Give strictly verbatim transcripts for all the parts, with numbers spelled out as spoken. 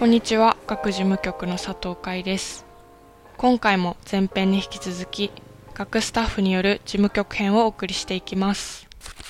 こんにちは、各事務局の佐藤海です。今回も前編に引き続き、各スタッフによる事務局編をお送りしていきます。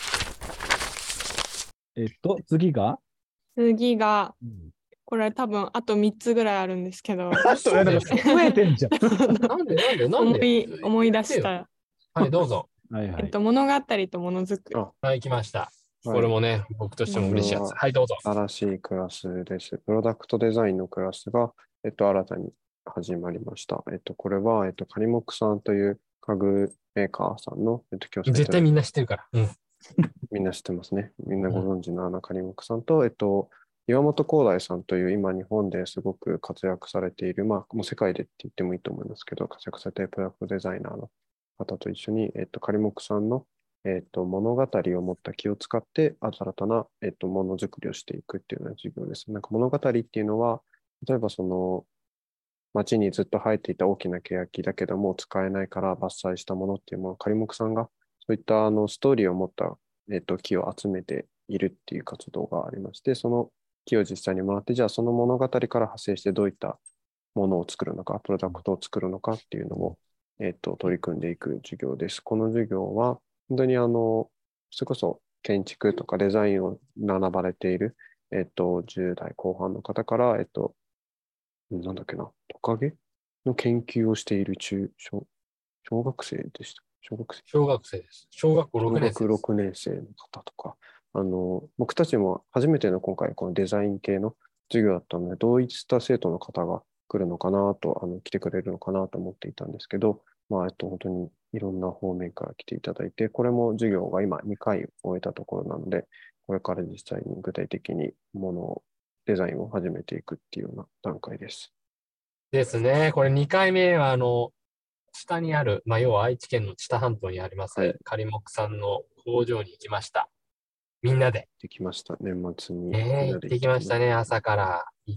えっと、次が次が、 うん、 これ多分あとみっつぐらいあるんですけど、 それだから増えてんじゃん。 なんでなんでなん思でい思い出した。 はい、どうぞ。 はいはい。 えっと、物語とものづくり。 あはい、来ました。 はいこれもね、僕としても嬉しいやつ。 これははい、どうぞ。 新しいクラスです。プロダクトデザインのクラスが、えっと、新たに始まりました。えっと、これは、えっと、カニモクさんという家具メーカーさんの、えっと、教絶対みんな知ってるから。うん。 みんな知ってますね。みんなご存知のあのカニモクさんと、えっと、岩本光大さんという今日本ですごく活躍されている、まあ、もう世界でって言ってもいいと思いますけど、活躍されているプロダクトデザイナーの方と一緒に、えっと、カニモクさんのえっと、物語を持った木を使って、新たな、えっと、ものづくりをしていくっていうような授業です。なんか物語っていうのは、例えばその、町にずっと生えていた大きな欅だけども、使えないから伐採したものっていうもの、仮木さんが、そういったあのストーリーを持った、えっと、木を集めているっていう活動がありまして、その木を実際にもらって、じゃあその物語から派生してどういったものを作るのか、プロダクトを作るのかっていうのを、えっと、取り組んでいく授業です。この授業は、本当にあの、それこそ建築とかデザインを学ばれている、えっと、じゅう代後半の方から、えっと、なんだっけな、トカゲの研究をしている中小、小学生でした。小学生。 小学生です。小学校ろくねん生小学ろくねん生の方とか、あの、僕たちも初めての今回このデザイン系の授業だったので、どういった生徒の方が来るのかなと、あの、来てくれるのかなと思っていたんですけど、まあ、えっと、本当にいろんな方面から来ていただいて、これも授業が今にかい終えたところなので、これから実際に具体的にものを、デザインを始めていくっていうような段階です。 ですね。これにかいめは、あの、下にある、まあ、要は愛知県の知多半島にあります、 はい仮木さんの工場に行きました。みんなで。 できました。年末に。 ええ行ってきましたね。朝から行って。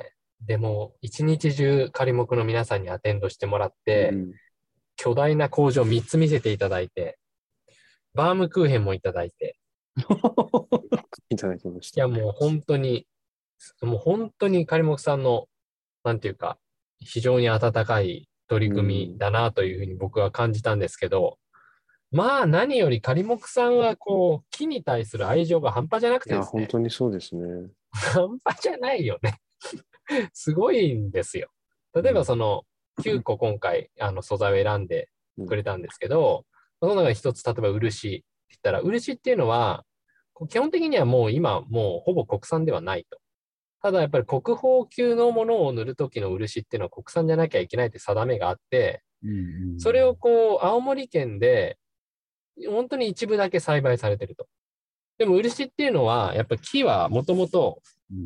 でも、一日中仮木の皆さんにアテンドしてもらって、 うん、 巨大な工場みっつ見せていただいて、バームクーヘンもいただいて、 いただきました。 いやもう本当に、もう本当に仮木さんの、なんていうか、非常に温かい取り組みだなというふうに僕は感じたんですけど、まあ何より仮木さんはこう、木に対する愛情が半端じゃなくいや、 てですね、 本当にそうですね。 半端じゃないよね。すごいんですよ。例えばその、きゅうこ今回、あの素材を選んでくれたんですけど、その中で一つ、例えば漆って言ったら、漆っていうのは、基本的にはもう今、もうほぼ国産ではないと。ただやっぱり国宝級のものを塗るときの漆っていうのは国産じゃなきゃいけないって定めがあって、 うんうん、 それをこう、青森県で、本当に一部だけ栽培されてると。でも漆っていうのは、やっぱり木はもともと、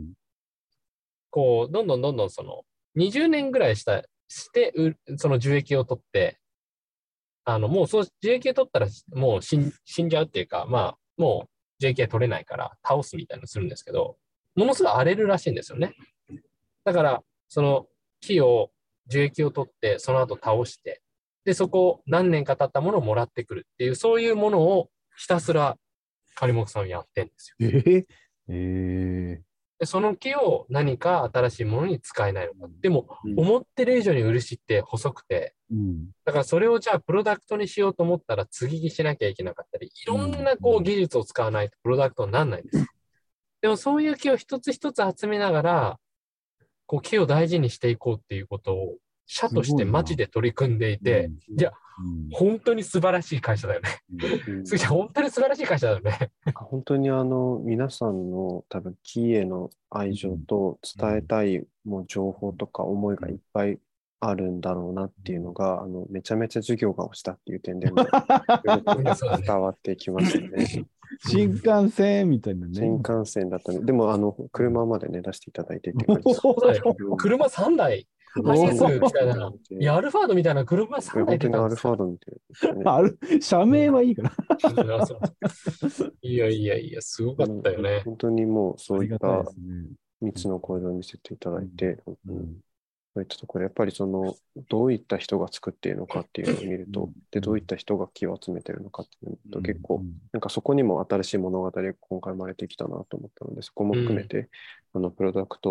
こう、どんどんどんどんその、にじゅうねんぐらいした、して、その樹液を取って、あの、もうそう、樹液を取ったら、もう死ん死んじゃうっていうか、まあ、もう樹液は取れないから倒すみたいなのするんですけど、ものすごい荒れるらしいんですよね。だから、その木を、樹液を取って、その後倒して、で、そこを何年か経ったものをもらってくるっていう、そういうものをひたすら仮木さんやってんですよ。 えー、えで、その木を何か新しいものに使えないのか。でも、 うん思ってる以上に漆って細くて、 ーうんだからそれをじゃあプロダクトにしようと思ったら継ぎ木しなきゃいけなかったり、いろんなこう技術を使わないとプロダクトにならないんです。でもそういう木を一つ一つ集めながら、こう木を大事にしていこうっていうことを、社として街で取り組んでいて、いや、本当に素晴らしい会社だよね。 うんいや、本当に素晴らしい会社だよね。 本当にあの皆さんの多分木への愛情と伝えたいもう情報とか思いがいっぱいあるんだろうなっていうのが、あのめちゃめちゃ授業が落ちたっていう点でも伝わってきましたね。 新幹線みたいなね。 新幹線だったね。でもあの車までね出していただいてっていう感じです。 そうだよ。車さんだい。ハイエースみたいな。いや、アルファードみたいな車さんだい本当にアル出たんですよ。 ファードみたいな、ね。 ある社名はいいから。 いやいやいや、すごかったよね。 本当にもうそういったみっつの工場を見せていただいて、本当にそういったところで、やっぱりその、どういった人が作っているのかっていうのを見ると、で、どういった人が木を集めているのかっていうのを見ると、結構、なんかそこにも新しい物語が今回生まれてきたなと思ったので、そこも含めて、あの、プロダクト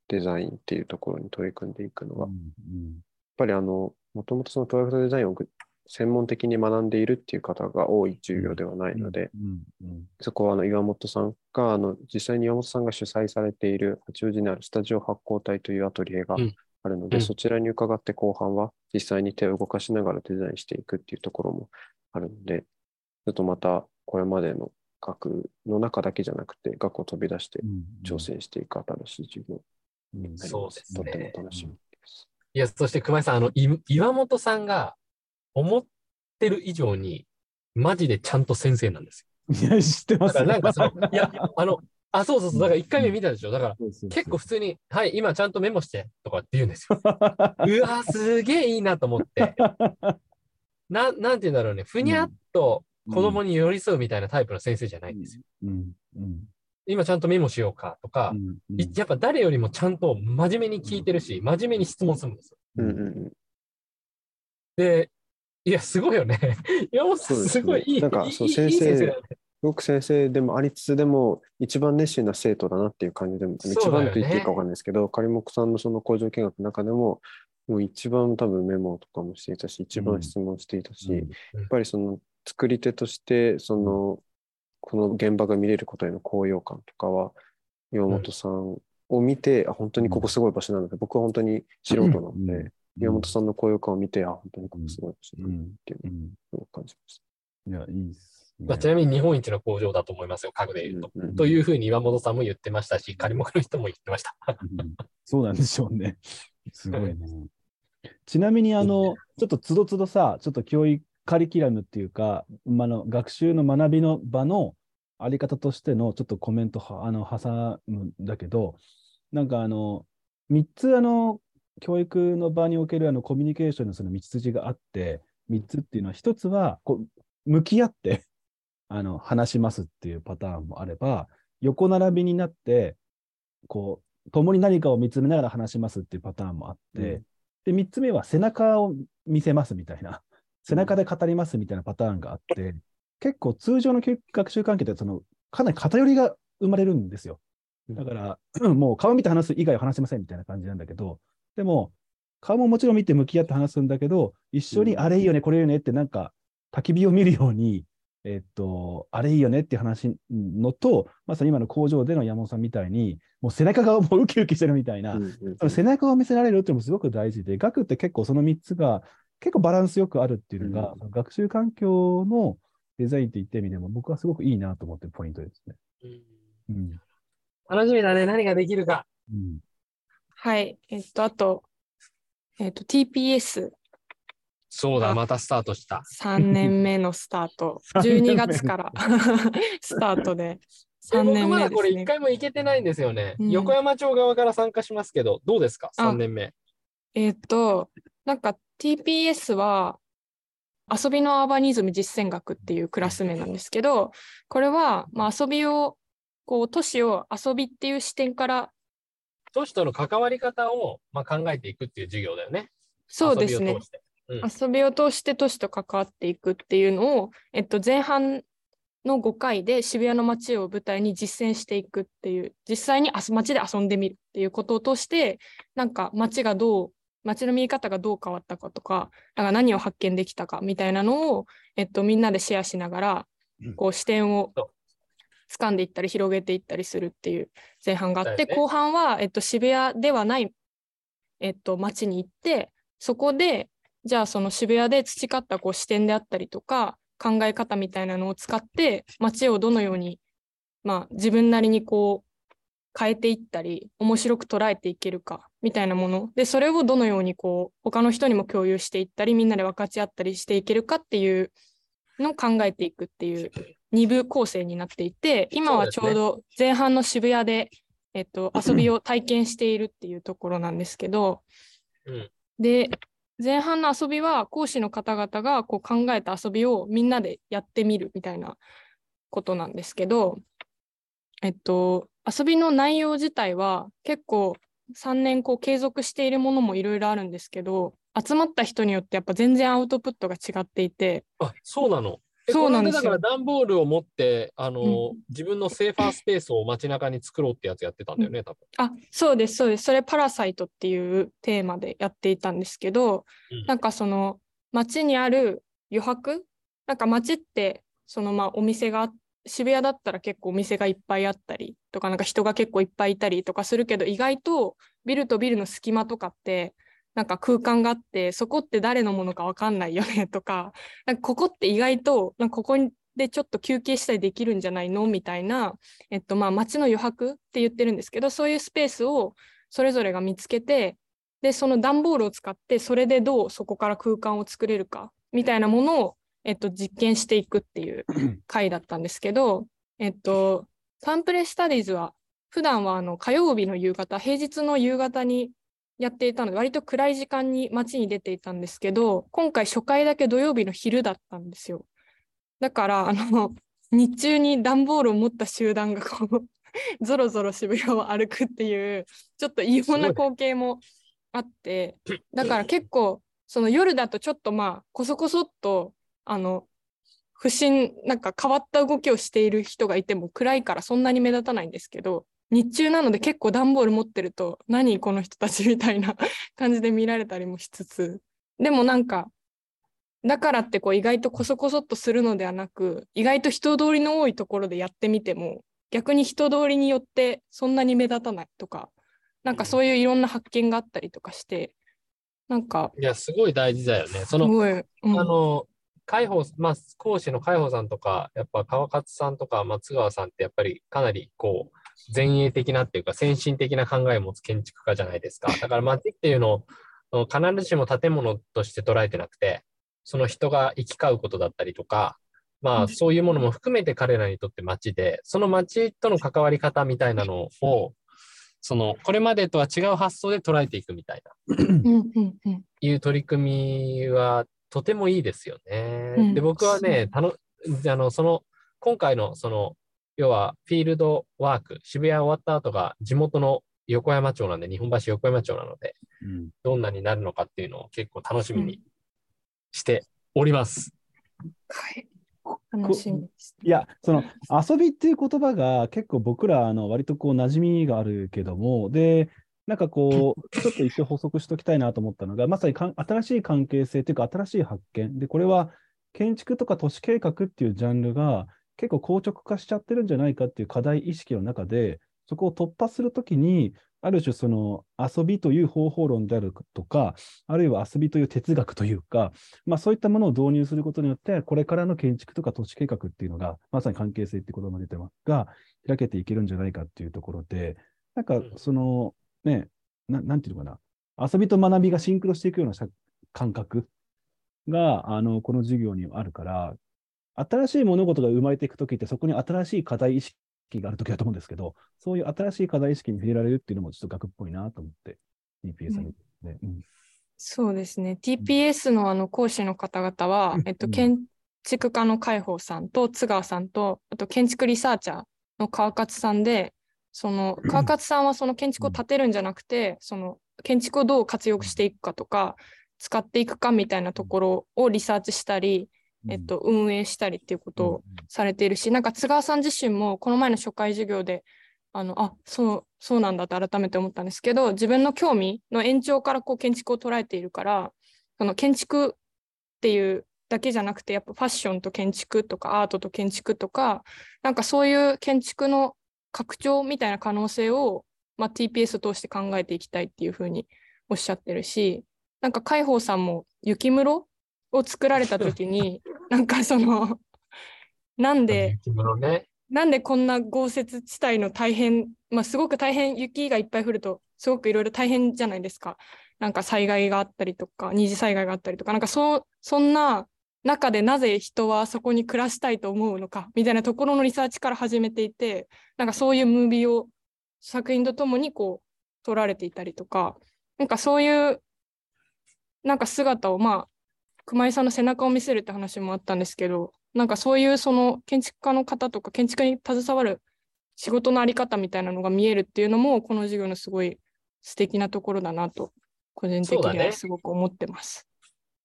デザインっていうところに取り組んでいくのは、 うんやっぱりあの、もともとそのプロダクトデザインを専門的に学んでいるっていう方が多い授業ではないので、 うんうんそこはあの岩本さんが、あの実際に岩本さんが主催されている八王子にあるスタジオ発光体というアトリエがうんあるので、 うんそちらに伺って後半は実際に手を動かしながらデザインしていくっていうところもあるので、ちょっとまたこれまでの学の中だけじゃなくて、学を飛び出してうん挑戦していく新しい授業うんになります。 そうですねとても楽しみです。 いや、そして熊井さん、あの、い岩本さんが思ってる以上に、マジでちゃんと先生なんですいや、知ってまよ。だすよ。 からなんかその、いや、あの、あ、そうそうそう、だからいっかいめ見たでしょ。だからそうそうそう結構普通に、はい、今ちゃんとメモしてとかって言うんですよ。うわ、すげえいいなと思って、な、なんて言うんだろうね、ふにゃっと子供に寄り添うみたいなタイプの先生じゃないんですよ。 うんうん今ちゃんとメモしようかとかう、んうんいやっぱ誰よりもちゃんと真面目に聞いてるし、真面目に質問するんですよ。 うんうんうん。 で、いや、すごいよね。山本さん、 そうですねすごいいい、 なんかいいそう先生いいいい先生だよね。 すごく先生でもありつつ、でも一番熱心な生徒だなっていう感じでも、 そうだよね一番と言っていいかわかんないですけど、仮木さんのその工場見学の中でも、もう一番多分メモとかもしていたし、一番質問していたし、 うんやっぱりその作り手として、その、この現場が見れることへの高揚感とかは、岩本さんを見て、あ、本当にここすごい場所なんだって、僕は本当に素人なので、 うん岩本さんの高揚感を見て、あ、本当にここすごい場所うなんだっんていううんのを感じました。 いや、いいっすね。 まあ、ちなみに日本一の工場だと思いますよ、家具で言うと。 うんうんというふうに岩本さんも言ってましたし、仮木の人も言ってました。 うんそうなんでしょうね。すごいね。ちなみに、あの、ちょっとつどつどさ、ちょっと教育カリキュラムっていうか、まあの学習の学びの場のあり方としてのちょっとコメントはあの挟むんだけど、なんかあの、みっつあの、教育の場におけるあのコミュニケーションのその道筋があって、みっつっていうのは、ひとつはこう向き合ってあの話しますっていうパターンもあれば、横並びになって、こう、共に何かを見つめながら話しますっていうパターンもあって、 うんで、みっつめは背中を見せますみたいな、背中で語りますみたいなパターンがあって、結構通常の教育学習関係でそのかなり偏りが生まれるんですよ。だから、もう顔見て話す以外は話しませんみたいな感じなんだけど、でも、顔ももちろん見て向き合って話すんだけど、一緒にうんあれいいよね、これいいよねってなんか焚き火を見るように、えっと、あれいいよねっていう話のと、まさに今の工場での山本さんみたいに、もう背中がもうウキウキしてるみたいな、 うんうんその背中を見せられるっていうのもすごく大事で、学って結構そのみっつが結構バランスよくあるっていうのが、 うんその学習環境のデザインって言った意味でも僕はすごくいいなと思ってるポイントですね。うん。 楽しみだね、何ができるか。 うん。 はい。えっと、あと、えっと、ティーピーエスそうだ、 あまたスタートした。 さんねんめのスタート。じゅうにがつからスタートで。さんね僕んまだこれ一めですね。 回も行けてないんですよね。 うん横山町側から参加しますけど、どうですか ?さん 年目。 えっと、なんか ティーピーエス は遊びのアーバニズム実践学っていうクラス名なんですけど、これはまあ遊びを、こう都市を遊びっていう視点から、 都市との関わり方を、まあ、考えていくっていう授業だよね。 そうですね遊びを通。して。うん遊びを通して都市と関わっていくっていうのを、えっと、前半のごかいで渋谷の街を舞台に実践していくっていう、実際にあ街で遊んでみるっていうことを通して、なんか街がどう、街の見え方がどう変わったかとか、なんか何を発見できたかみたいなのを、えっと、みんなでシェアしながら、こう視点を掴んでいったり広げていったりするっていう前半があって、 だよね後半は、えっと、渋谷ではない、えっと、街に行って、そこで、じゃあその渋谷で培ったこう視点であったりとか考え方みたいなのを使って街をどのように、まあ、自分なりにこう変えていったり面白く捉えていけるかみたいなもので、それをどのようにこう他の人にも共有していったりみんなで分かち合ったりしていけるかっていうのを考えていくっていうに部構成になっていて、今はちょうど前半の渋谷で、えっと、遊びを体験しているっていうところなんですけど、 うんで前半の遊びは講師の方々がこう考えた遊びをみんなでやってみるみたいなことなんですけど、えっと、遊びの内容自体は結構さんねんこう継続しているものもいろいろあるんですけど、集まった人によってやっぱ全然アウトプットが違っていて、 あ、そうなの。 で、 そうこれでなんですよ。 だから段ボールを持って、あの、 うん自分のセーファースペースを街中に作ろうってやつやってたんだよね、多分。 あ、そうです、そうです。それパラサイトっていうテーマでやっていたんですけど、 うんなんかその街にある余白、なんか街ってそのまあお店が、渋谷だったら結構お店がいっぱいあったりとか、なんか人が結構いっぱいいたりとかするけど、意外とビルとビルの隙間とかってなんか空間があって、そこって誰のものかわかんないよねとか、なんかここって意外となんかここでちょっと休憩したりできるんじゃないのみたいな、えっとまあ街の余白って言ってるんですけど、そういうスペースをそれぞれが見つけて、でその段ボールを使ってそれでどうそこから空間を作れるかみたいなものを、えっと、実験していくっていう回だったんですけど、えっと、サンプレスタディーズは普段はあの火曜日の夕方、平日の夕方にやっていたので、割と暗い時間に街に出ていたんですけど、今回初回だけ土曜日の昼だったんですよ。だからあの日中に段ボールを持った集団がこうぞろぞろ渋谷を歩くっていうちょっと異様な光景もあって、だから結構その夜だとちょっとまあこそこそっとあの不審なんか変わった動きをしている人がいても暗いからそんなに目立たないんですけど、日中なので結構段ボール持ってると何この人たちみたいな感じで見られたりもしつつ、でもなんかだからってこう意外とこそこそっとするのではなく、意外と人通りの多いところでやってみても逆に人通りによってそんなに目立たないとか、なんかそういういろんな発見があったりとかして、なんかいや、すごい大事だよね。そすの、 ごい、うん、 あの、海保、まあ、講師の海保さんとか、やっぱ川勝さんとか松川さんってやっぱりかなりこう、前衛的なっていうか先進的な考えを持つ建築家じゃないですか。だから街っていうのを必ずしも建物として捉えてなくて、その人が行き交うことだったりとか、まあそういうものも含めて彼らにとって街で、その街との関わり方みたいなのを、そのこれまでとは違う発想で捉えていくみたいな、 うんうんうん、 いう取り組みはとてもいいですよね。 うん、 で、僕はね、たのあのその今回のその要はフィールドワーク、渋谷終わった後が地元の横山町なんで、日本橋横山町なので、 うん、 どんなになるのかっていうのを結構楽しみにしております。 はい、楽しみです。 いや、その遊びっていう言葉が結構僕らあの割とこう馴染みがあるけども、で、なんかこう、ちょっと一応補足しておきたいなと思ったのが、まさにかん新しい関係性というか、新しい発見。で、これは建築とか都市計画っていうジャンルが結構硬直化しちゃってるんじゃないかっていう課題意識の中で、そこを突破するときに、ある種その遊びという方法論であるとか、あるいは遊びという哲学というか、まあ、そういったものを導入することによって、これからの建築とか都市計画っていうのが、まさに関係性っていうことも出てますが、開けていけるんじゃないかっていうところで、なんかその、ね、ななんていうのかな、遊びと学びがシンクロしていくような感覚があのこの授業にあるから、新しい物事が生まれていくときって、そこに新しい課題意識があるときだと思うんですけど、そういう新しい課題意識に触れられるっていうのもちょっと学っぽいなと思って、ティーピーエス さんに、ね、うん。 そうですね。ティーピーエス のあの講師の方々は、えっと、建築家の海宝さんと津川さんと、あと建築リサーチャーの川勝さんで、その川勝さんはその建築を建てるんじゃなくて、その建築をどう活用していくかとか、使っていくかみたいなところをリサーチしたり、えっと、運営したりっていうことをされているし、なんか津川さん自身もこの前の初回授業で、あの、あ、そう、そうなんだって改めて思ったんですけど、自分の興味の延長からこう建築を捉えているから、その建築っていうだけじゃなくて、やっぱファッションと建築とかアートと建築とか、なんかそういう建築の拡張みたいな可能性を、まあ、ティーピーエス を通して考えていきたいっていうふうにおっしゃってるし、なんか海宝さんも雪室を作られた時になんかそのなんで、 ね、 なんでこんな豪雪地帯の大変、まあ、すごく大変、雪がいっぱい降るとすごくいろいろ大変じゃないですか。なんか災害があったりとか二次災害があったりとか、なんかそそんな中でなぜ人はそこに暮らしたいと思うのかみたいなところのリサーチから始めていて、なんかそういうムービーを作品とともにこう撮られていたりとか、なんかそういうなんか姿を、まあ熊井さんの背中を見せるって話もあったんですけど、なんかそういうその建築家の方とか建築に携わる仕事のあり方みたいなのが見えるっていうのもこの授業のすごい素敵なところだなと個人的にはすごく思ってます。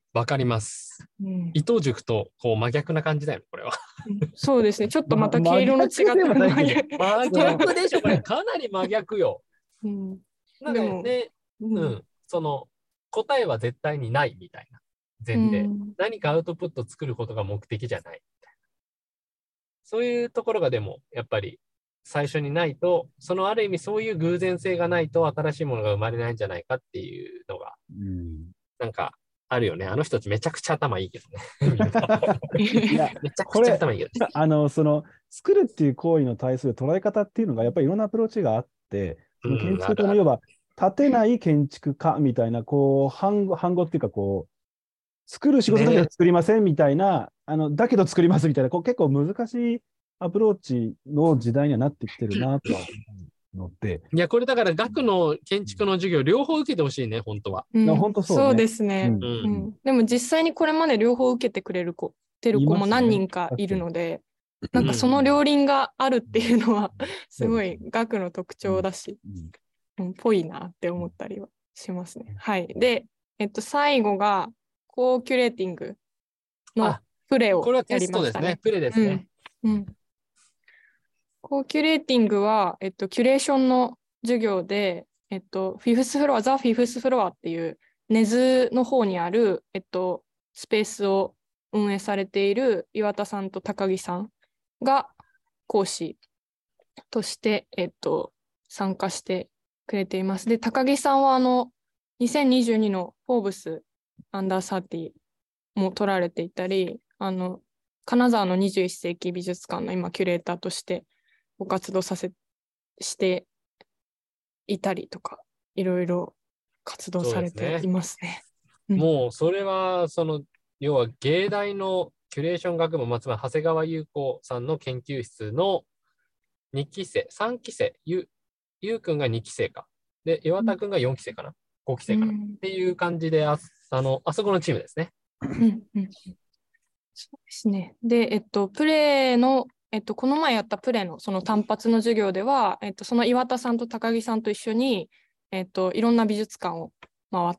わかります。 うん伊藤塾とこう真逆な感じだよね、これは。 そうですね。ちょっとまたま毛色の違った真逆ではないけど真逆でしょ、これ。かなり真逆よ。 うんなんかでもね、 うんうん、その答えは絶対にないみたいな前提、 うん何かアウトプット作ることが目的じゃないみたいな。そういうところがでもやっぱり最初にないと、そのある意味そういう偶然性がないと新しいものが生まれないんじゃないかっていうのがうんなんかあるよね。あの人たちめちゃくちゃ頭いいけどね。みんないや、 めちゃくちゃ頭いいけどね。 あの、その、作るっていう行為に対する捉え方っていうのが、やっぱりいろんなアプローチがあって、その建築家の、 うんあるある要は、建てない建築家みたいな、こう、反語、反語っていうか、こう、作る仕事だけどね作りませんみたいな、あの、だけど作りますみたいな、こう結構難しいアプローチの時代にはなってきてるなとは思うので、 いや、これだから学の建築の授業両方受けてほしいね、本当は。 うんいや本当そうねそうですね。 うんうんうんでも実際にこれまで両方受けてくれる子、てる子もいますね何人かいるので、なんかその両輪があるっていうのは、すごい学の特徴だし、 うんうんぽいなって思ったりはしますね。はい。で、えっと、最後が、コーキュレーティングのあプレをこれはテやりストですね。 ましたね。 プレですね。 うんうんコーキュレーティングは、えっと、キュレーションの授業で、えっと、フィフスフロア、ザ・フィフスフロアっていう根津の方にある、えっと、スペースを運営されている岩田さんと高木さんが講師として、えっと、参加してくれています。で、高木さんはあのにせんにじゅうにのフォーブスアンダーサーティも取られていたり、あの金沢のにじゅういっ世紀美術館の今キュレーターとしてご活動させしていたりとか、いろいろ活動されていますね。うんもうそれは、その、要は芸大のキュレーション学部、まあつまり長谷川優子さんの研究室のにき生、さんき生、ゆゆうくんがにき生か。で、岩田くんがよんき生かな。ごき生かな。っうんていう感じで、ああの、あそこのチームですね。 うんうんそうですね。で、えっと、プレーの、えっと、この前やったプレーのその単発の授業では、えっと、その岩田さんと高木さんと一緒に、えっと、いろんな美術館を回って、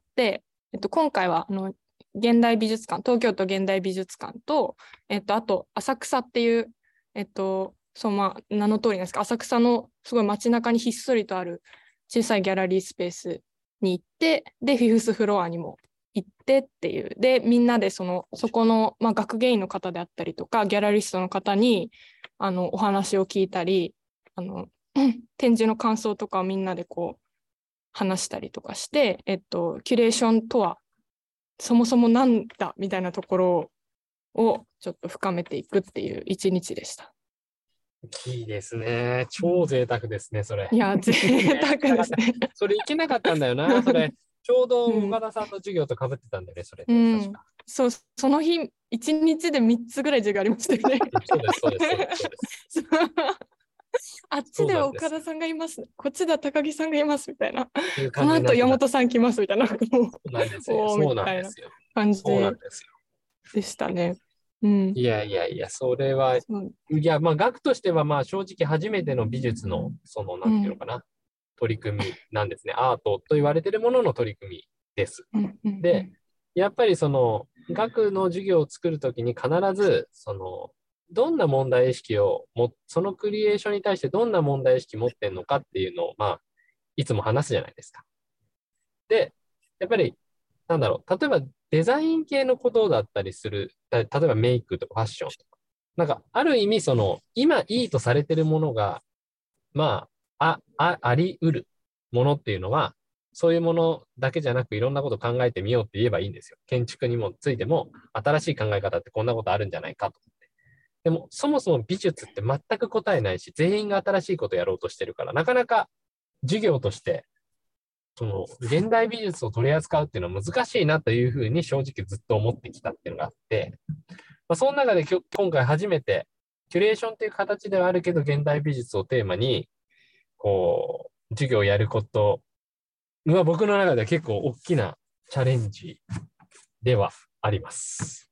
えっと、今回はあの現代美術館、東京都現代美術館と、えっと、あと浅草っていう、えっと、そうまあ名の通りなんですが、浅草のすごい街中にひっそりとある小さいギャラリースペースに行って、で、フィフスフロアにも行ってっていう。で、みんなでその、そこの、まあ、学芸員の方であったりとか、ギャラリストの方に、あの、お話を聞いたり、あの、展示の感想とかをみんなでこう、話したりとかして、えっと、キュレーションとは、そもそもなんだみたいなところをちょっと深めていくっていう一日でした。 いいですね。超贅沢ですね、それ。 いや、贅沢ですね。 それいけなかったんだよな、それ。ちょうど岡田さんの授業とかぶってたんだよね、それ、ねうん確か。 そう、その日、一日でみっつぐらい授業ありましたよね。 そうです、そうです、そうです。そうですあっちでは岡田さんがいます、こっちでは高木さんがいますみたいな。 っていうこの後感じになってた山本さん来ますみたいな。もうそうなんですよ。 おーそうみたいななんですよ。 感じそうなんですよ。 でしたね。うん。 いやいやいや、それは、いそうや、まあ、学としては、まあ、正直初めての美術の、その、なんていうのかな、取り組みなんですね。アートと言われているものの取り組みです。 うんうんで、やっぱりその、学の授業を作るときに必ず、その、どんな問題意識をも、そのクリエーションに対してどんな問題意識持ってんのかっていうのを、まあ、いつも話すじゃないですか。で、やっぱり、なんだろう、例えばデザイン系のことだったりする、た例えばメイクとかファッションとか、なんか、ある意味、その、今いいとされてるものが、まあ、あ、あ、あり得るものっていうのは、そういうものだけじゃなくいろんなこと考えてみようって言えばいいんですよ。建築にもついても新しい考え方ってこんなことあるんじゃないかと思って。でもそもそも美術って全く答えないし、全員が新しいことやろうとしてるから、なかなか授業としてその現代美術を取り扱うっていうのは難しいなというふうに正直ずっと思ってきたっていうのがあって、まあ、その中で今回初めてキュレーションっていう形ではあるけど現代美術をテーマにこう授業をやることは僕の中では結構大きなチャレンジではあります。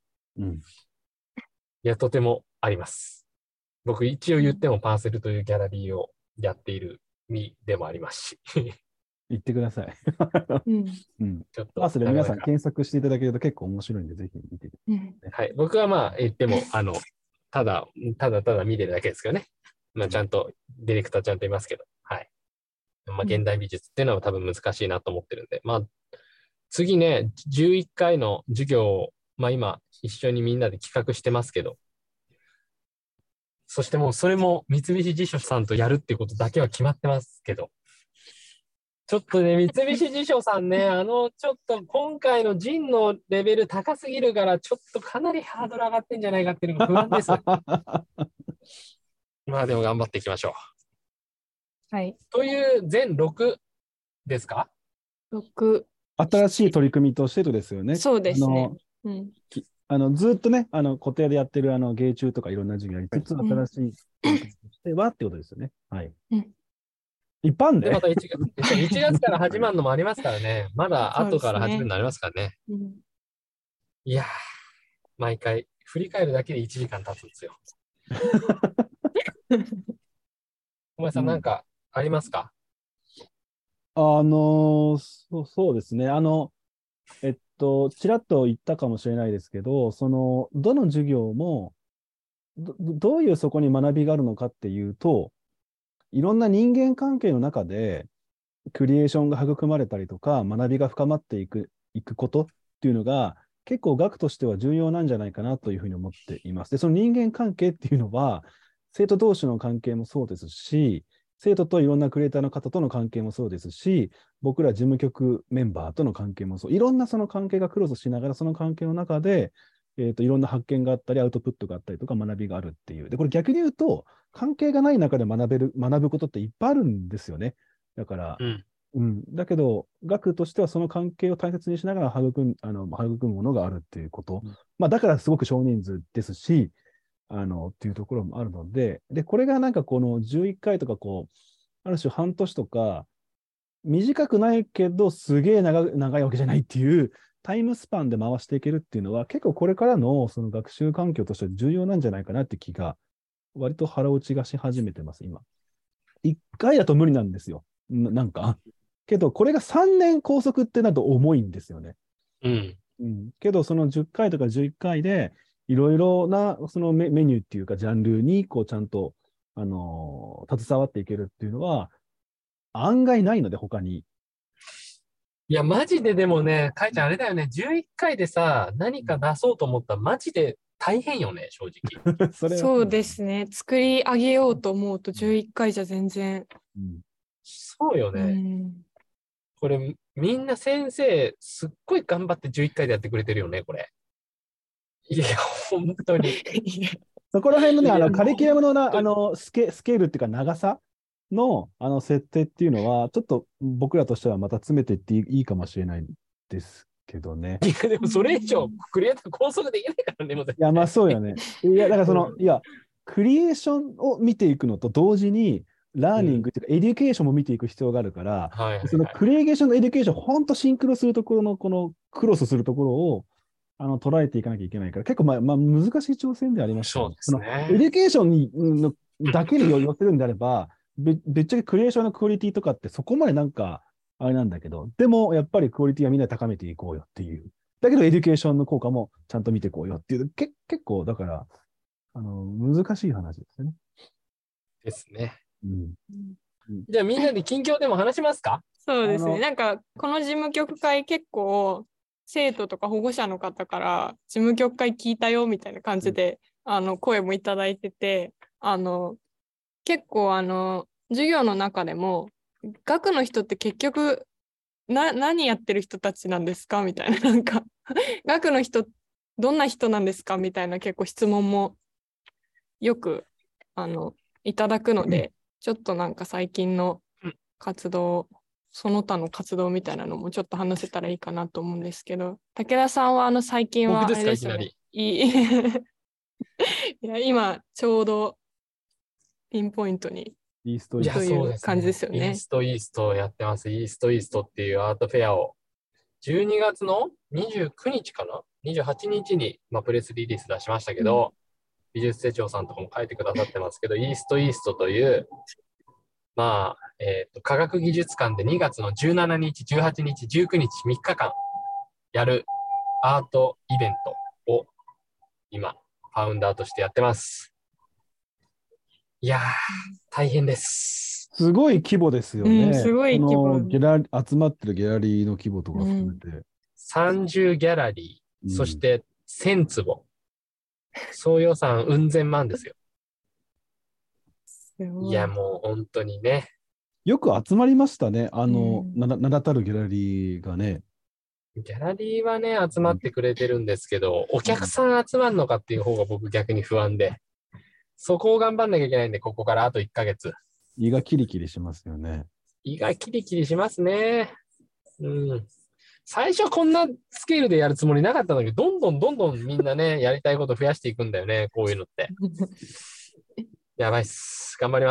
うん、 いや、とてもあります。僕一応言ってもパーセルというギャラリーをやっている身でもありますし。 言ってください。 うんうん。 ちょっとパースで皆さんなかなか検索していただけると結構面白いんで、ぜひ見てくうんはい。僕はまあ言っても、あの、ただ、ただただ見てるだけですけどね。まあちゃんと、ディレクターちゃんといますけど、はい。まあ現代美術っていうのは多分難しいなと思ってるんで、まあ、次ね、じゅういっかいの授業を、まあ今、一緒にみんなで企画してますけど、そしてもうそれも三菱地所さんとやるっていうことだけは決まってますけど、ちょっとね、三菱地所さんね、あの、ちょっと今回のジンのレベル高すぎるから、ちょっとかなりハードル上がってんじゃないかっていうのが不安です。まあでも頑張っていきましょう。 はい。 という全ろくですか？ ろく。 新しい取り組みとしてとですよね。 そうですねあの。 うん。 あのずっとね、あの固定でやってるあの芸中とかいろんな授業やりつつ、 うん新しい取り組みとしてはってことですよね。はい。 うん一般で、 でまたいちがつ、いちがつから始まるのもありますからね。まだ後から始めるのありますからね。 うんいやー、毎回、振り返るだけでいちじかん経つんですよ。小林さん、なんかありますか？ あのそう、そうですね。あの、えっと、ちらっと言ったかもしれないですけど、その、どの授業もど、どういうそこに学びがあるのかっていうと、いろんな人間関係の中で、クリエーションが育まれたりとか、学びが深まっていく、いくことっていうのが、結構学としては重要なんじゃないかなというふうに思っています。で、その人間関係っていうのは、生徒同士の関係もそうですし、生徒といろんなクリエイターの方との関係もそうですし、僕ら事務局メンバーとの関係もそう、いろんなその関係がクロスしながら、その関係の中で、えーと、いろんな発見があったり、アウトプットがあったりとか、学びがあるっていう。で、これ逆に言うと、関係がない中で学べる、学ぶことっていっぱいあるんですよね。だから、 うん。 うん、だけど、学としてはその関係を大切にしながら育む、あの育むものがあるっていうこと。 うんまあ、だからすごく少人数ですし、あの、っていうところもあるので、で、これがなんかこのじゅういっかいとかこう、ある種半年とか、短くないけど、すげえ長長いわけじゃないっていうタイムスパンで回していけるっていうのは、結構これからのその学習環境としては重要なんじゃないかなって気が、割と腹落ちがし始めてます、今。いっかいだと無理なんですよ。ななんか。けど、これがさんねん拘束ってなると重いんですよね。 うん。 うん、けど、そのじゅっかいとかじゅういっかいで、いろいろなそのメメニューっていうか、ジャンルにこうちゃんと、あのー携わっていけるっていうのは、案外ないので、他に。 いや、マジででもね、かいちゃんあれだよね、じゅういっかいでさ、何か出そうと思ったらマジで大変よね、正直。 それはそうですね。作り上げようと思うとじゅういっかいじゃ全然。 うんうそうよね。 ん。 これ、みんな先生、すっごい頑張ってじゅういっかいでやってくれてるよね、これ。いや、本当に。 そこら辺のね、あいやのカリキュラムのな本当にあのスケ、スケールっていうか、長さのあの設定っていうのは、ちょっと僕らとしてはまた詰めていっていいいいかもしれないですけどね。 いや、でもそれ以上、クリエイター拘束できないからね、もう絶いや、まあそうよね。いや、だからその、 ういや、クリエーションを見ていくのと同時に、ラーニングっていうか、エデュケーションも見ていく必要があるから、 はいはいはいそのクリエーションのエデュケーション、ほんとシンクロするところの、このクロスするところを、あの捉えていかなきゃいけないから、結構、まあ、まあ、難しい挑戦ではありますよね。 そうですねそのエデュケーションにうんのだけに寄せるんであれば、べぶっちゃけクリエーションのクオリティとかってそこまでなんか、あれなんだけど、でもやっぱりクオリティはみんな高めていこうよっていう。だけどエデュケーションの効果もちゃんと見ていこうよっていう、け結構だから、あの、難しい話ですよね。 ですね。 うん。 じゃあみんなで近況でも話しますか？ そうですね。 あのなんか、この事務局会結構、生徒とか保護者の方から、事務局会聞いたよみたいな感じで、あの、声もいただいてて、あの、結構、あの、授業の中でも、学の人って結局、な、何やってる人たちなんですかみたいな、なんか、学の人、どんな人なんですかみたいな結構質問もよく、あの、いただくので、ちょっとなんか最近の活動、その他の活動みたいなのもちょっと話せたらいいかなと思うんですけど、武田さんはあの最近はあ僕ですかれですよね。 いきなり。 いいいや今ちょうどピンポイントにイーストイースいや、 というそうですね。 感じですよねイーストイーストをやってます。イーストイーストっていうアートフェアをじゅうにがつのにじゅうくにちかな ?にじゅうはちにちに、まあ、プレスリリース出しましたけど、美術手帳さんとかも書いてくださってますけど、イーストイーストという、 まあ、えっと、科学技術館でにがつのじゅうしちにち、じゅうはちにち、じゅうくにち、みっかかんやるアートイベントを今、ファウンダーとしてやってます。いやー、大変です。 すごい規模ですよね。 うん、すごい規模。 そのギャラ集まってるギャラリーの規模とか含めて。うん、 さんじゅうギャラリー、そしてせんつぼ。総予算うん千万ですよ。いや、もう本当にね。 よく集まりましたね。あの、うん、な名だたるギャラリーがね。 ギャラリーはね、集まってくれてるんですけど、お客さん集まるのかっていう方が僕逆に不安で、そこを頑張んなきゃいけないんで、ここからあといっかげつ。 胃がキリキリしますよね。 胃がキリキリしますね。うん。最初こんなスケールでやるつもりなかったんだけど、どんどんどんどんみんなね、やりたいこと増やしていくんだよね、こういうのって。やばいっす。頑張ります。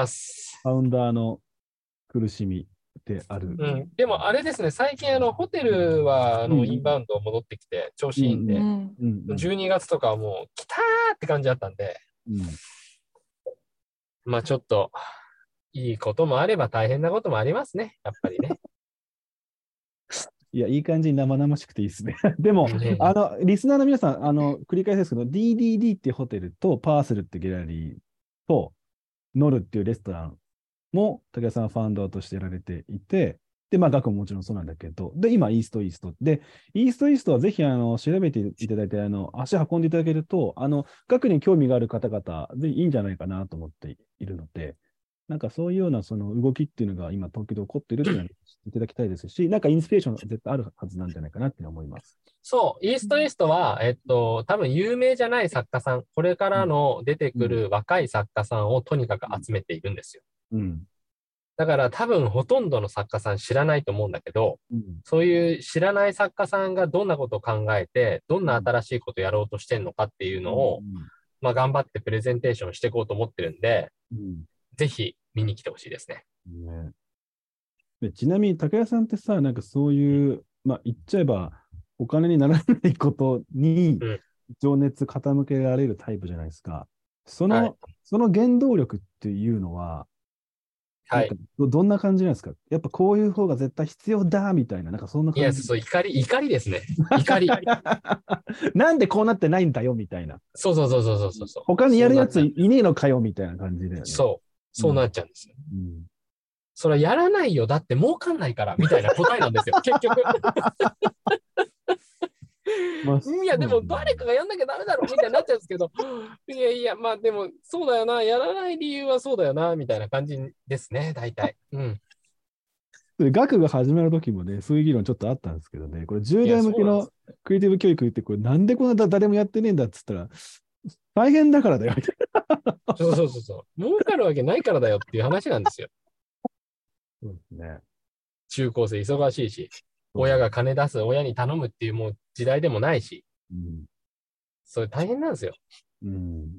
ファウンダーの苦しみである。 うん。でもあれですね、最近あのホテルはあの、うん、インバウンド戻ってきて調子いいんで、うんうん、じゅうにがつとかはもう来たーって感じだったんで、うん、まあちょっといいこともあれば大変なこともありますね、やっぱりね。 いや、いい感じに生々しくていいですね。でも、あの、リスナーの皆さん、あの、繰り返しですけど、ディーディーディー っていうホテルと、パーセルっていうギャラリーと、ノルっていうレストランも、武田さんはファウンダーとしてやられていて、で、まあ、学ももちろんそうなんだけど、で、今、イーストイースト。で、イーストイーストはぜひ、あの、調べていただいて、あの、足運んでいただけると、あの、学に興味がある方々、ぜひいいんじゃないかなと思っているので、なんかそういうようなその動きっていうのが今、東京で起こっているっていうのを知っていただきたいですし、なんかインスピレーションが絶対あるはずなんじゃないかなって思います。 そう、イーストイーストは、えっと、多分有名じゃない作家さん、これからの出てくる若い作家さんをとにかく集めているんですよ。うん、だから多分ほとんどの作家さん知らないと思うんだけど、うん、そういう知らない作家さんがどんなことを考えて、どんな新しいことをやろうとしてるのかっていうのを、うん、まあ頑張ってプレゼンテーションしていこうと思ってるんで、うんぜひ見に来てほしいですね。 ねでちなみに、武田さんってさ、なんかそういう、まあ言っちゃえば、お金にならないことに情熱傾けられるタイプじゃないですか。その、はい、その原動力っていうのは、はい、ど, どんな感じなんですか？やっぱこういう方が絶対必要だみたいな、なんかそんな感じ。 いや、そう、怒り、怒りですね。怒り。 なんでこうなってないんだよみたいな。 そうそうそうそうそうそう。 他にやるやついねえのかよみたいな感じだよね。 そう。そうなっちゃうんですよ。うん、それはやらないよ。だって儲かんないから、みたいな答えなんですよ、結局。まあ、いや、でも誰かがやんなきゃダメだろ、みたいになっちゃうんですけど、いやいや、まあでも、そうだよな、やらない理由はそうだよな、みたいな感じですね、大体。うん。 学が始まる時もね、そういう議論ちょっとあったんですけどね、これじゅう代向けのクリエイティブ教育って、これなんでこんな誰もやってねえんだっつったら、大変だからだよ、みたいな。 そうそうそうそう。儲かるわけないからだよっていう話なんですよ。 そうですね。 中高生忙しいし、親が金出す、親に頼むっていうもう時代でもないし、うん、それ大変なんですよ。 うん、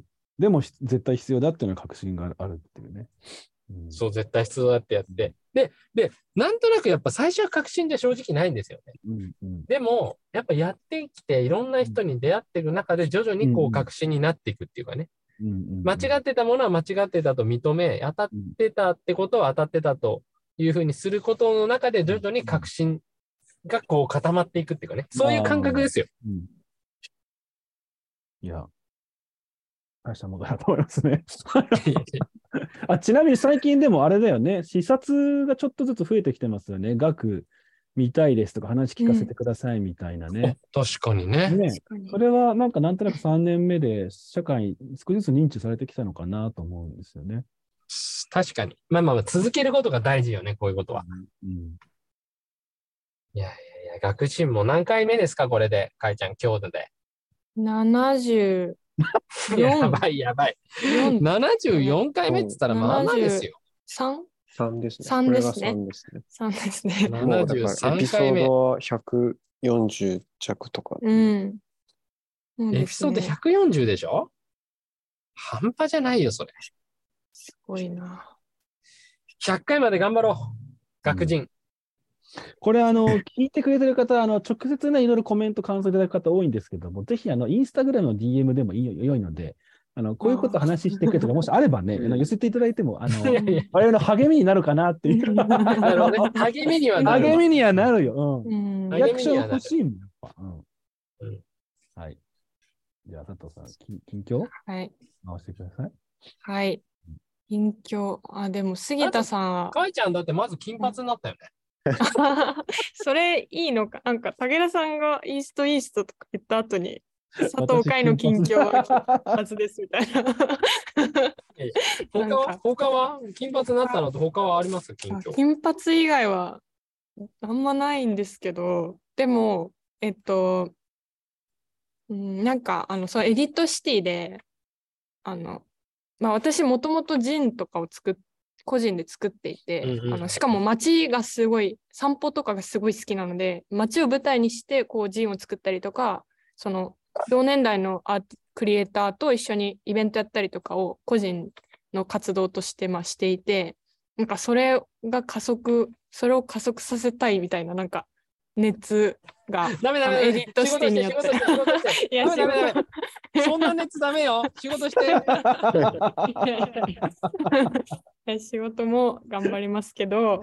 でも絶対必要だっていうのは確信があるっていうね。 うん、そう、絶対必要だってやって。で、で、なんとなくやっぱ最初は確信じゃ正直ないんですよね。うんうん、でも、やっぱやってきていろんな人に出会っていく中で徐々にこう確信になっていくっていうかね。うんうん、間違ってたものは間違ってたと認め、当たってたってことは当たってたというふうにすることの中で徐々に確信がこう固まっていくっていうかね。そういう感覚ですよ。うん、 いや、大したものだと思いますね。あちなみに最近でもあれだよね、視察がちょっとずつ増えてきてますよね。学見たいですとか話聞かせてくださいみたいなね。 うん、確かにね。ねそれはなんかなんとなくさんねんめで社会に少しずつ認知されてきたのかなと思うんですよね。 確かに。まあまあ続けることが大事よね、こういうことは。うん、いやいやいや、学信も何回目ですか、これで、かいちゃん、強度で。 ななじゅうよん。 やばいやばい。ななじゅうよんかいめって言ったらまあまあですよ。 さん? さんですね。 さんですね。 さんですね。 さんですね。 ななじゅうさんかいめ。 エピソードはひゃくよんじゅう弱とか。 うん。 エピソードひゃくよんじゅうでしょ？半端じゃないよ、それ。 すごいな。 ひゃっかいまで頑張ろう。学人。うんこれ、あの、聞いてくれてる方、あの、直接ね、いろいろコメント、感想いただく方多いんですけども、ぜひ、あの、インスタグラムの ディーエム でもいい良いので、 あのこういうこと話してくれとか、もしあればね、あの寄せていただいても、あのいやいや我々の励みになるかなっていう。 なるほどね。励みにはなるわ。 励みにはなるよ。う。 うんん励リアクションみにはなる欲しいもん、やっぱ。うんうんはい。じゃあ、佐藤さん、き近況はい。 回してください。 はい。近況。あ、でも杉田さんは、 かいちゃんだってまず金髪になったよね。 それいいのか。なんか武田さんがイーストイーストとか言った後に、佐藤海の近況は金髪ですみたいな。 他はなんか他は金髪になったのと他はあります近況。 あ金髪以外はあんまないんですけど、でも、えっと、うんなんか、あの、そう、エディットシティで、あの、まあ、私、もともとジンとかを作っ、個人で作っていて、 うんうんあの、しかも街がすごい、散歩とかがすごい好きなので、街を舞台にして、こう、ジンを作ったりとか、その、同年代のアーティクリエイターと一緒にイベントやったりとかを個人の活動として、まあ、していて、なんかそれが加速、それを加速させたいみたいな、なんか、熱が、 ダメダあのメダメエディットシティによって。 仕事して仕事して仕事していや、 ダメダメダメ仕事そんな熱ダメよ。仕事して。 いやいやいや仕事も頑張りますけど、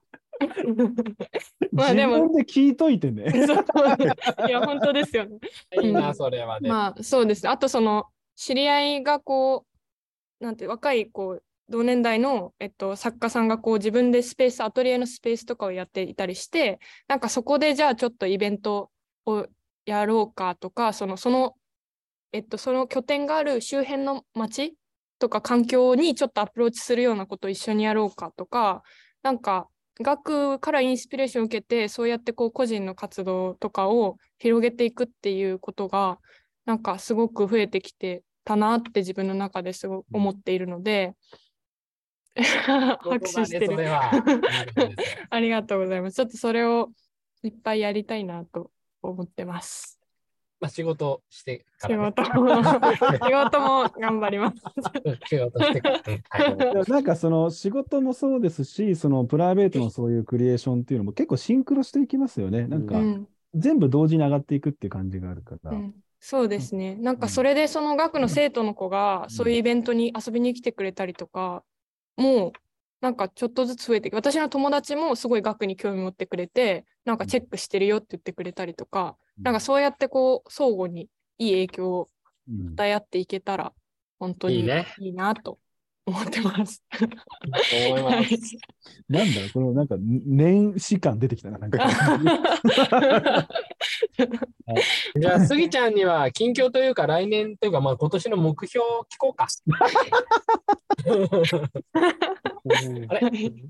まあ自でも、 分で聞いといてね。 そういや、本当ですよね。 いいな、それはね。 まあ、そうです。あと、その、知り合いがこう、なんて、若い、こう、同年代の、えっと、作家さんがこう自分でスペース、アトリエのスペースとかをやっていたりして、なんかそこでじゃあちょっとイベントをやろうかとか、その、その、えっと、その拠点がある周辺の街とか環境にちょっとアプローチするようなことを一緒にやろうかとか、なんか学からインスピレーションを受けて、そうやってこう個人の活動とかを広げていくっていうことが、なんかすごく増えてきてたなって自分の中ですごく思っているので、拍手してる。 それは。いいことですよありがとうございます。ちょっとそれをいっぱいやりたいなと思ってます。 まあ、仕事してか仕ら、ね。 事も、仕事も頑張ります。 うん仕事してから。うんはいいやなんかその仕事もそうですし、そのプライベートのそういうクリエーションっていうのも結構シンクロしていきますよね。なんかうん全部同時に上がっていくっていう感じがあるから。 うん、そうですね。なんかそれでその学の生徒の子がそういうイベントに遊びに来てくれたりとか、もうなんかちょっとずつ増えてきて、私の友達もすごい学に興味持ってくれて、なんかチェックしてるよって言ってくれたりとか、なんかそうやってこう相互にいい影響をうん与え合っていけたら本当にいいねいいなと思ってます。 思いまはいす。 なんだろう、このなんか年始感出てきたな、なんか。 じゃあ、スギちゃんには近況というか、来年というか、まあ、今年の目標を聞こうか。あれ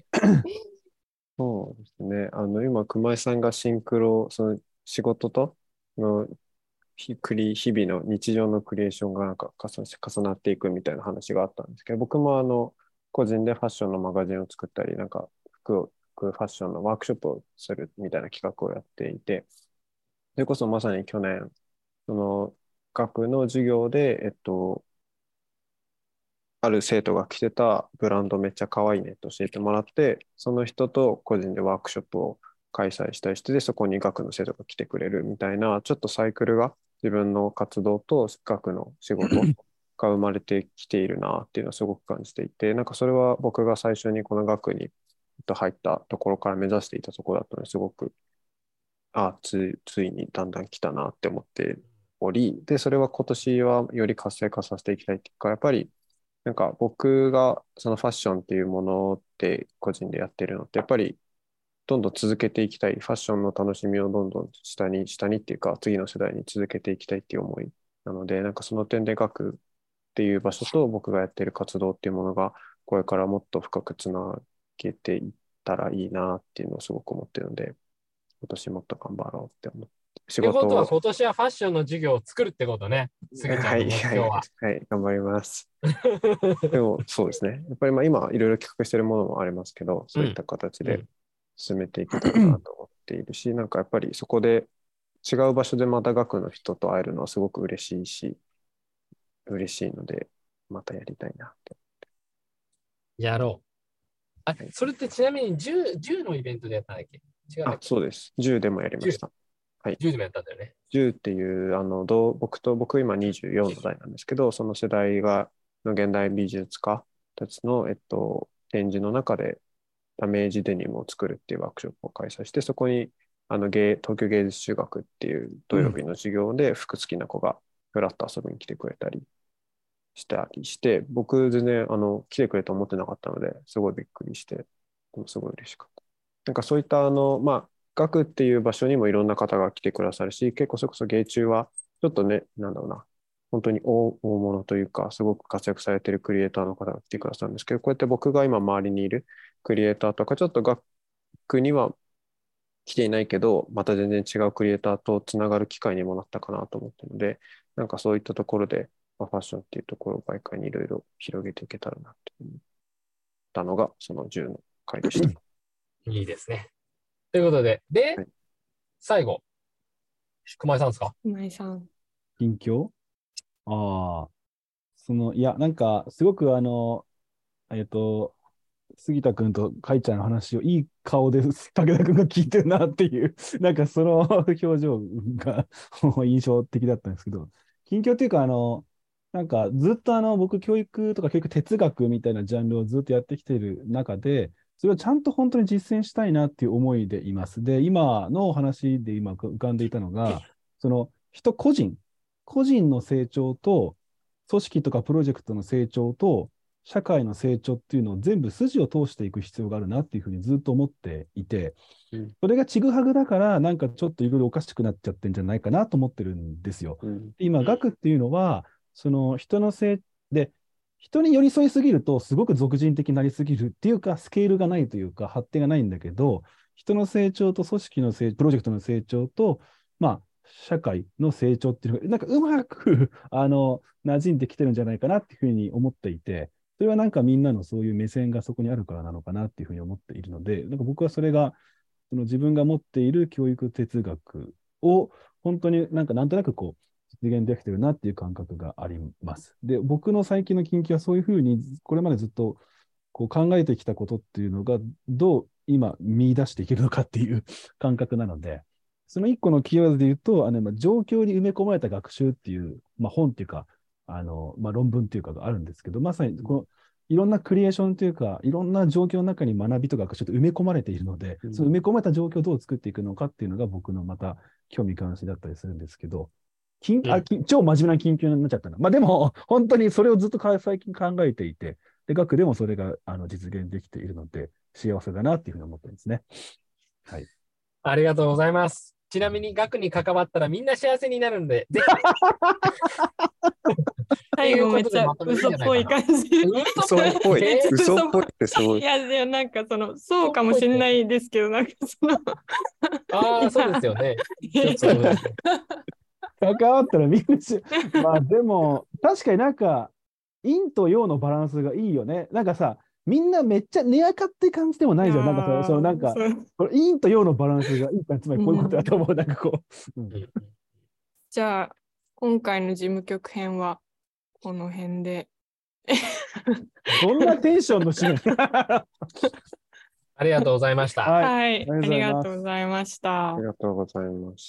そうですね。あの、今、熊井さんがシンクロ、その仕事との日クリ日々の日常のクリエーションがなんか重な重なっていくみたいな話があったんですけど、僕もあの、個人でファッションのマガジンを作ったり、なんか服を、服ファッションのワークショップをするみたいな企画をやっていて、それこそまさに去年、その学の授業で、えっと、ある生徒が着てたブランドめっちゃ可愛いねって教えてもらって、その人と個人でワークショップを開催したりして、で、そこに学の生徒が来てくれるみたいな、ちょっとサイクルが自分の活動と学の仕事が生まれてきているなっていうのはすごく感じていて、なんかそれは僕が最初にこの学に入ったところから目指していたところだったのですごく、あ、つ、ついにだんだん来たなって思っており、で、それは今年はより活性化させていきたいっていうか、やっぱりなんか僕がそのファッションっていうものって個人でやってるのってやっぱりどんどん続けていきたい。ファッションの楽しみをどんどん下に、下にっていうか次の世代に続けていきたいっていう思いなので、なんかその点で学っていう場所と僕がやってる活動っていうものがこれからもっと深くつなげていったらいいなっていうのをすごく思ってるので、今年もっと頑張ろうって思って。仕ってことは、 を今年はファッションの授業を作るってことね。スギちゃんの目標は。 はい、はいはい、頑張ります。でもそうですね。やっぱりまあ今いろいろ企画してるものもありますけど、そういった形で進めていけたらなと思っているし、うん、なんかやっぱりそこで違う場所でまた学の人と会えるのはすごく嬉しいし、嬉しいので、またやりたいなって。 やろう。あ、それってちなみにじゅう、じゅうのイベントでやったんだっけ？違う。 あ、そうです。じゅうでもやりました。 はい。 じゅうでもやったんだよね。 じゅうっていう、あの、どう僕と、僕今にじゅうよんの代なんですけど、その世代が、の現代美術家たちの、えっと、展示の中で、ダメージデニムを作るっていうワークショップを開催して、そこに、あの、芸東京芸術中学っていう土曜日の授業で服好きな子がフラッと遊びに来てくれたりしたりして、僕全然、あの、来てくれと思ってなかったので、すごいびっくりして、でもすごい嬉しかった。なんかそういった、あの、まあ、学っていう場所にもいろんな方が来てくださるし、結構それこそ芸中は、ちょっとね、なんだろうな、本当に大、大物というか、すごく活躍されているクリエイターの方が来てくださるんですけど、こうやって僕が今周りにいるクリエイターとか、ちょっと学には来ていないけど、また全然違うクリエイターとつながる機会にもなったかなと思っているので、なんかそういったところで、まあ、ファッションっていうところを媒介にいろいろ広げていけたらなと思ったのが、そのじゅうの回でした。 いいですね。ということで、で、はい、最後、熊井さんですか？ 熊井さん。 近況？ああ、その、いや、なんか、すごくあの、えっと、杉田君と海ちゃんの話をいい顔で武田君が聞いてるなっていう、なんかその表情が印象的だったんですけど、近況っていうか、あの、なんかずっとあの、僕、教育とか教育哲学みたいなジャンルをずっとやってきている中で、それをちゃんと本当に実践したいなっていう思いでいます。で、今の話で今浮かんでいたのが、その人個人、個人の成長と、組織とかプロジェクトの成長と、社会の成長っていうのを全部筋を通していく必要があるなっていうふうにずっと思っていて、うん、それがちぐはぐだから、なんかちょっといろいろおかしくなっちゃってんじゃないかなと思ってるんですよ。うん、今、学っていうのは、その人のせいで、人に寄り添いすぎると、すごく俗人的になりすぎるっていうか、スケールがないというか、発展がないんだけど、人の成長と組織の成長、プロジェクトの成長と、まあ、社会の成長っていうのが、なんかうまくあの馴染んできてるんじゃないかなっていうふうに思っていて、それはなんかみんなのそういう目線がそこにあるからなのかなっていうふうに思っているので、なんか僕はそれが、その自分が持っている教育哲学を本当になんかなんとなくこう実現できてるなっていう感覚があります。で、僕の最近の近況はそういうふうにこれまでずっとこう考えてきたことっていうのがどう今見出していけるのかっていう感覚なので、その一個のキーワードで言うと、あの状況に埋め込まれた学習っていう、まあ、本っていうか、あのまあ、論文っていうかがあるんですけど、まさにこのいろんなクリエーションというか、いろんな状況の中に学びとかがちょっと埋め込まれているので、うん、その埋め込まれた状況をどう作っていくのかっていうのが僕のまた興味関心だったりするんですけど、緊あ超真面目な緊急になっちゃったな。まあでも、本当にそれをずっと最近考えていて、で、学でもそれがあの実現できているので、幸せだなっていうふうに思ってるんですね。はい。 ありがとうございます。ちなみに学に関わったらみんな幸せになるんで、ぜひ。 最後めっちゃ嘘っぽい感じ。 嘘っぽい。嘘っぽいってすごい。 いや、でもなんかその、そうかもしれないですけど、なんかその。 ああ、そうですよね。ちょっと関わったらみんなし、まあでも、確かになんか、陰と陽のバランスがいいよね。なんかさ、みんなめっちゃ寝やかって感じでもないじゃん。なんかそのなんか、陰と陽のバランスがいいか、つまりこういうことだと思う。なんかこう。うん、 じゃあ、今回の事務局編はこの辺で。 どんなテンションのシーンありがとうございました。 はい、はい、ありがとうございました。 ありがとうございました。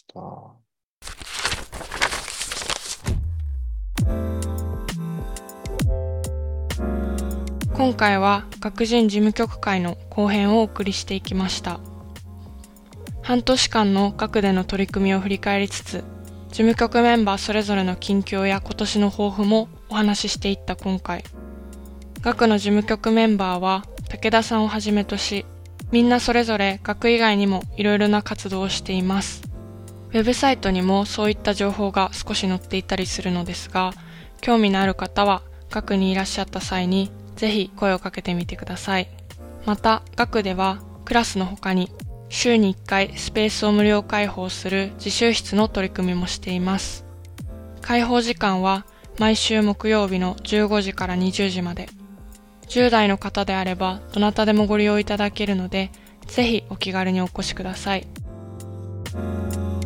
今回は学人事務局会の後編をお送りしていきました。半年間の学での取り組みを振り返りつつ、事務局メンバーそれぞれの近況や今年の抱負もお話ししていった今回。学の事務局メンバーは武田さんをはじめとし、みんなそれぞれ学以外にもいろいろな活動をしています。ウェブサイトにもそういった情報が少し載っていたりするのですが、興味のある方は学にいらっしゃった際にぜひ声をかけてみてください。また、学ではクラスの他に週にいっかいスペースを無料開放する自習室の取り組みもしています。開放時間は毎週木曜日のじゅうごじからにじゅうじまで。じゅう代の方であればどなたでもご利用いただけるので、ぜひお気軽にお越しください。